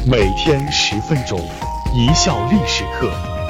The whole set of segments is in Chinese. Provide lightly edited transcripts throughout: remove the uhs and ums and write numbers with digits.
每天10分钟，一笑历史课。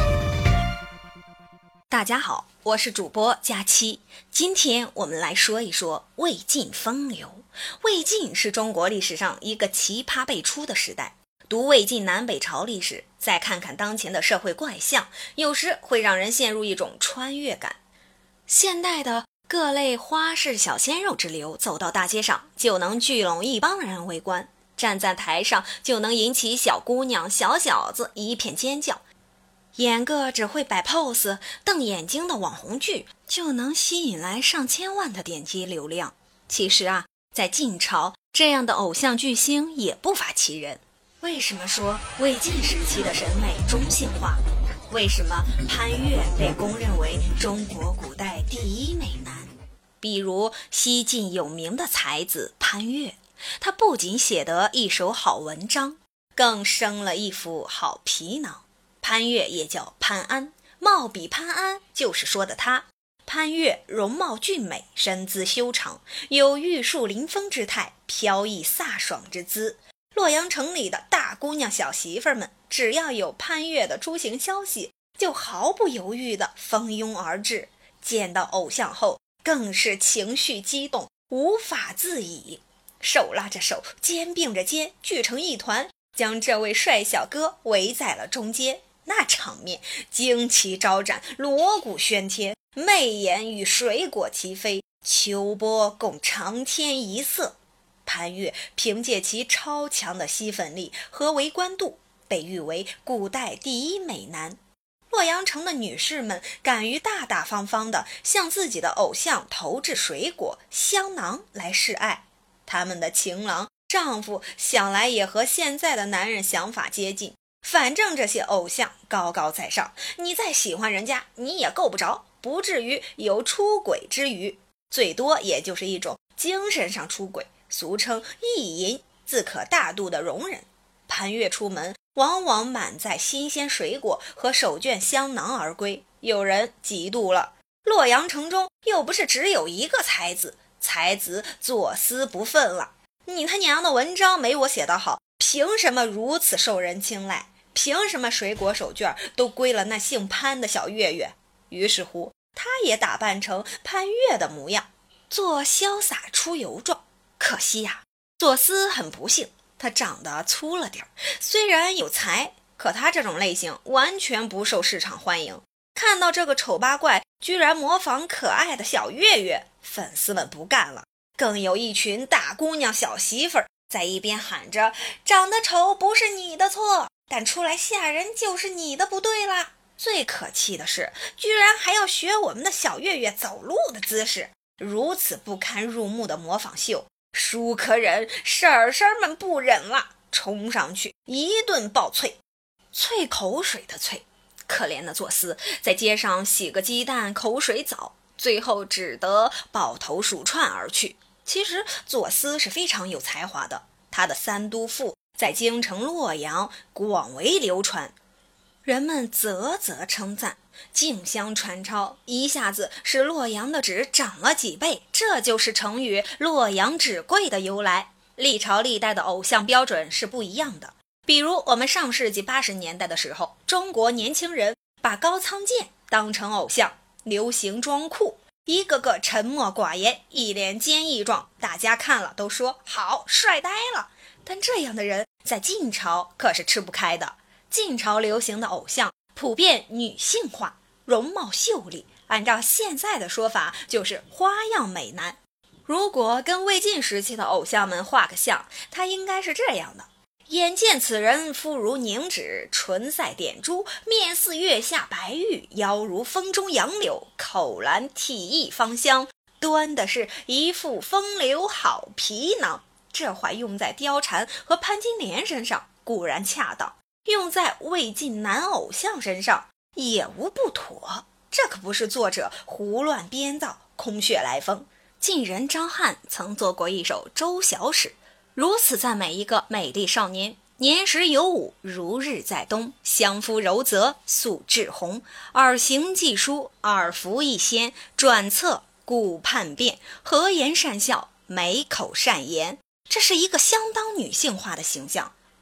大家好，我是主播佳期。今天我们来说一说魏晋风流。魏晋是中国历史上一个奇葩辈出的时代。读魏晋南北朝历史，再看看当前的社会怪象，有时会让人陷入一种穿越感。现代的各类花式小鲜肉之流走到大街上，就能聚拢一帮人围观，站在台上就能引起小姑娘小小子一片尖叫，演个只会摆 pose 瞪眼睛的网红剧就能吸引来上千万的点击流量。其实啊，在晋朝这样的偶像巨星也不乏其人。为什么说魏晋时期的审美中性化？为什么潘岳被公认为中国古代第一美男？比如西晋有名的才子潘岳，他不仅写得一手好文章，更生了一副好皮囊。潘岳也叫潘安，貌比潘安就是说的他。潘岳容貌俊美，身姿修长，有玉树临风之态，飘逸飒爽之姿。洛阳城里的大姑娘小媳妇们，只要有潘岳的出行消息，就毫不犹豫地蜂拥而至，见到偶像后更是情绪激动，无法自已，手拉着手，肩并着肩，聚成一团，将这位帅小哥围在了中间。那场面旌旗招展，锣鼓喧天，媚眼与水果齐飞，秋波共长天一色。潘岳凭借其超强的吸粉力和围观度，被誉为古代第一美男。洛阳城的女士们敢于大大方方地向自己的偶像投掷水果、香囊来示爱。他们的情郎、丈夫想来也和现在的男人想法接近，反正这些偶像高高在上，你再喜欢人家，你也够不着，不至于有出轨之余，最多也就是一种精神上出轨，俗称意淫，自可大度的容忍。潘岳出门往往满载新鲜水果和手绢香囊而归，有人嫉妒了。洛阳城中又不是只有一个才子，才子作思不忿了，你他娘的文章没我写得好，凭什么如此受人青睐？凭什么水果手绢都归了那姓潘的小岳岳？于是乎，他也打扮成潘岳的模样，做潇洒出游状。可惜呀，左思很不幸，他长得粗了点，虽然有才，可他这种类型完全不受市场欢迎。看到这个丑八怪居然模仿可爱的小岳岳，粉丝们不干了，更有一群大姑娘小媳妇儿在一边喊着，长得丑不是你的错，但出来吓人就是你的不对啦。最可气的是，居然还要学我们的小岳岳走路的姿势，如此不堪入目的模仿秀，叔可忍，婶婶们不忍了，冲上去一顿暴啐，啐口水的啐。可怜的左思在街上洗个鸡蛋口水澡，最后只得抱头鼠窜而去。其实左思是非常有才华的，他的三都赋在京城洛阳广为流传，人们啧啧称赞，竞相传抄，一下子使洛阳的纸涨了几倍，这就是成语洛阳纸贵的由来。历朝历代的偶像标准是不一样的，比如我们上世纪80年代的时候，中国年轻人把高仓健当成偶像，流行装酷，一个个沉默寡言，一脸坚毅状，大家看了都说好，帅呆了。但这样的人在晋朝可是吃不开的。晋朝流行的偶像普遍女性化，容貌秀丽，按照现在的说法就是花样美男。如果跟魏晋时期的偶像们画个像，他应该是这样的：眼见此人肤如凝脂，唇赛点珠，面似月下白玉，腰如风中杨柳，口含体意芳香，端的是一副风流好皮囊。这话用在貂蝉和潘金莲身上固然恰当，用在魏晋男偶像身上也无不妥。这可不是作者胡乱编造，空穴来风。晋人张翰曾做过一首《周小史》，如此赞美一个美丽少年：年时有五，如日在东，相夫柔泽，素质红，耳行技书，耳服一仙，转侧顾叛变，和颜善笑，美口善言。这是一个相当女性化的形象。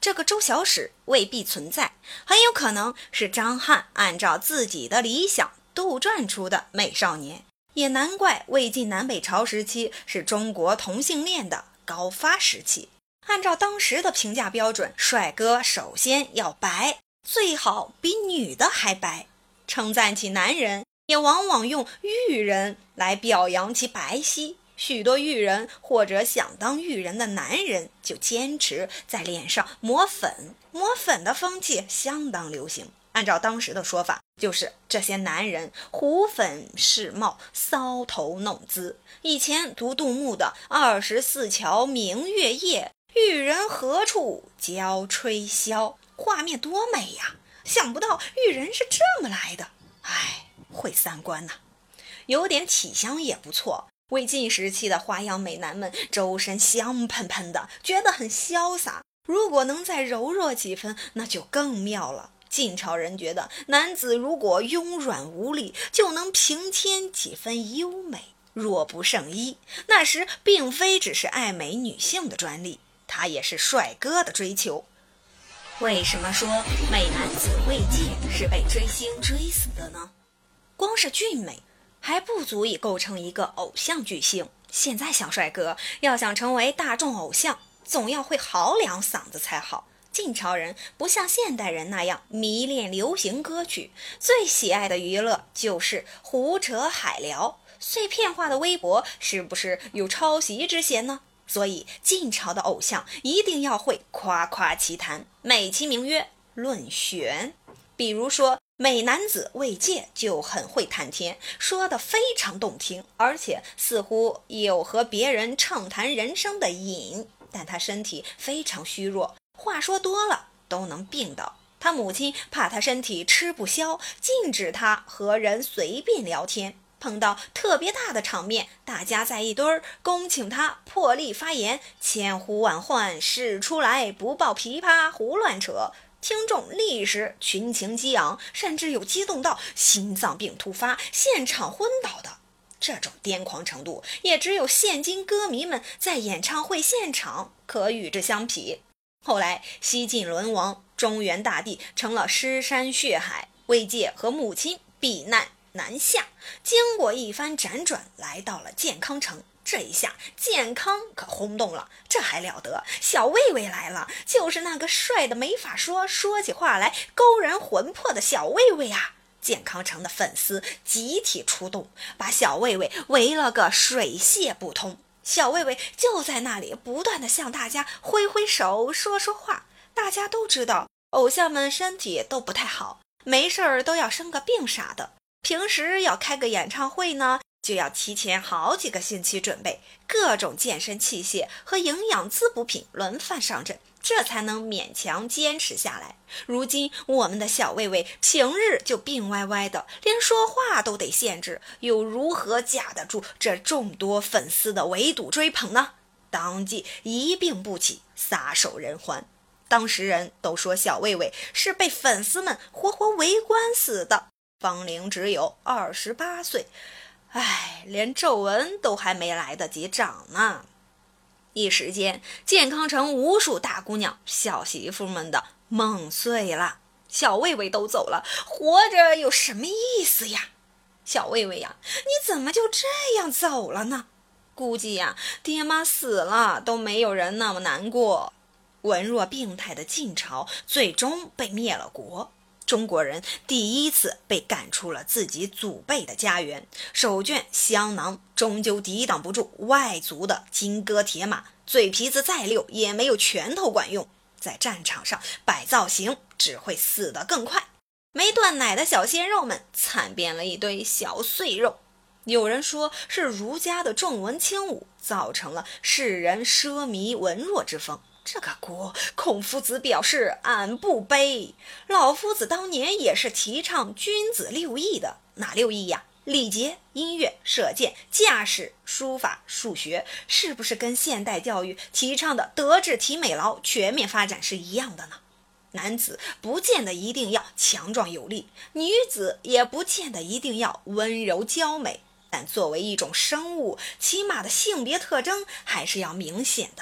这个周小史未必存在，很有可能是张翰按照自己的理想杜撰出的美少年。也难怪魏晋南北朝时期是中国同性恋的高发时期。按照当时的评价标准，帅哥首先要白，最好比女的还白。称赞起男人，也往往用玉人来表扬其白皙。许多玉人或者想当玉人的男人就坚持在脸上抹粉，抹粉的风气相当流行。按照当时的说法，就是这些男人胡粉世貌，搔头弄姿。以前读杜牧的24桥明月夜，玉人何处教吹箫，画面多美呀！想不到玉人是这么来的，毁三观呐！有点体香也不错。魏晋时期的花样美男们周身香喷喷的，觉得很潇洒。如果能再柔弱几分，那就更妙了。晋朝人觉得男子如果慵软无力，就能平添几分优美。若不胜衣，那时并非只是爱美女性的专利，它也是帅哥的追求。为什么说美男子魏晋是被追星追死的呢？光是俊美还不足以构成一个偶像巨星。现在小帅哥要想成为大众偶像，总要会嚎两嗓子才好。晋朝人不像现代人那样迷恋流行歌曲，最喜爱的娱乐就是胡扯海聊。碎片化的微博是不是有抄袭之嫌呢？所以晋朝的偶像一定要会夸夸其谈，美其名曰论玄。比如说美男子魏介就很会谈天，说得非常动听，而且似乎有和别人畅谈人生的瘾，但他身体非常虚弱，话说多了都能病倒。他母亲怕他身体吃不消，禁止他和人随便聊天。碰到特别大的场面，大家在一堆儿，恭请他破例发言，千呼万唤使出来，不报琵琶胡乱扯。听众立时群情激昂，甚至有激动到心脏病突发，现场昏倒的。这种癫狂程度，也只有现今歌迷们在演唱会现场可与之相匹。后来西晋沦亡，中原大地成了尸山血海，魏介和母亲避难南下，经过一番辗转，来到了建康城。这一下建康可轰动了，这还了得，小魏魏来了，就是那个帅的没法说，说起话来勾人魂魄的小魏魏啊！建康城的粉丝集体出动，把小魏魏围了个水泄不通。小魏魏就在那里不断地向大家挥挥手，说说话。大家都知道偶像们身体都不太好，没事儿都要生个病啥的，平时要开个演唱会呢，就要提前好几个星期准备，各种健身器械和营养滋补品轮番上阵，这才能勉强坚持下来。如今我们的小魏魏平日就病歪歪的，连说话都得限制，又如何架得住这众多粉丝的围堵追捧呢？当即一病不起，撒手人寰。当时人都说小魏魏是被粉丝们活活围观死的，芳龄只有28岁，连皱纹都还没来得及长呢。一时间，建康城无数大姑娘、小媳妇们的梦碎了。小魏魏都走了，活着有什么意思呀？小魏魏呀，你怎么就这样走了呢？估计呀，爹妈死了都没有人那么难过。文弱病态的晋朝最终被灭了国，中国人第一次被赶出了自己祖辈的家园，手绢香囊终究抵挡不住外族的金戈铁马，嘴皮子再溜也没有拳头管用，在战场上摆造型只会死得更快。没断奶的小鲜肉们惨变了一堆小碎肉。有人说是儒家的重文轻武造成了世人奢靡文弱之风，这个锅孔夫子表示俺不背。老夫子当年也是提倡君子六艺的，哪六艺呀？礼节、音乐、射箭、驾驶、书法、数学，是不是跟现代教育提倡的德智体美劳全面发展是一样的呢？男子不见得一定要强壮有力，女子也不见得一定要温柔娇美，但作为一种生物，起码的性别特征还是要明显的。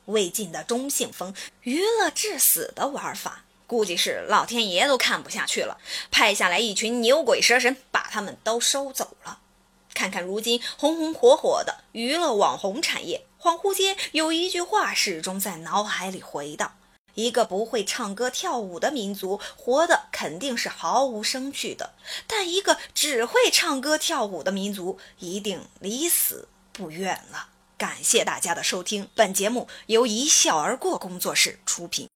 魏晋的中性风、娱乐致死的玩法，估计是老天爷都看不下去了，派下来一群牛鬼蛇神，把他们都收走了。看看如今红红火火的娱乐网红产业，恍惚间有一句话始终在脑海里回荡：一个不会唱歌跳舞的民族，活的肯定是毫无生趣的；但一个只会唱歌跳舞的民族，一定离死不远了。感谢大家的收听，本节目由一笑而过工作室出品。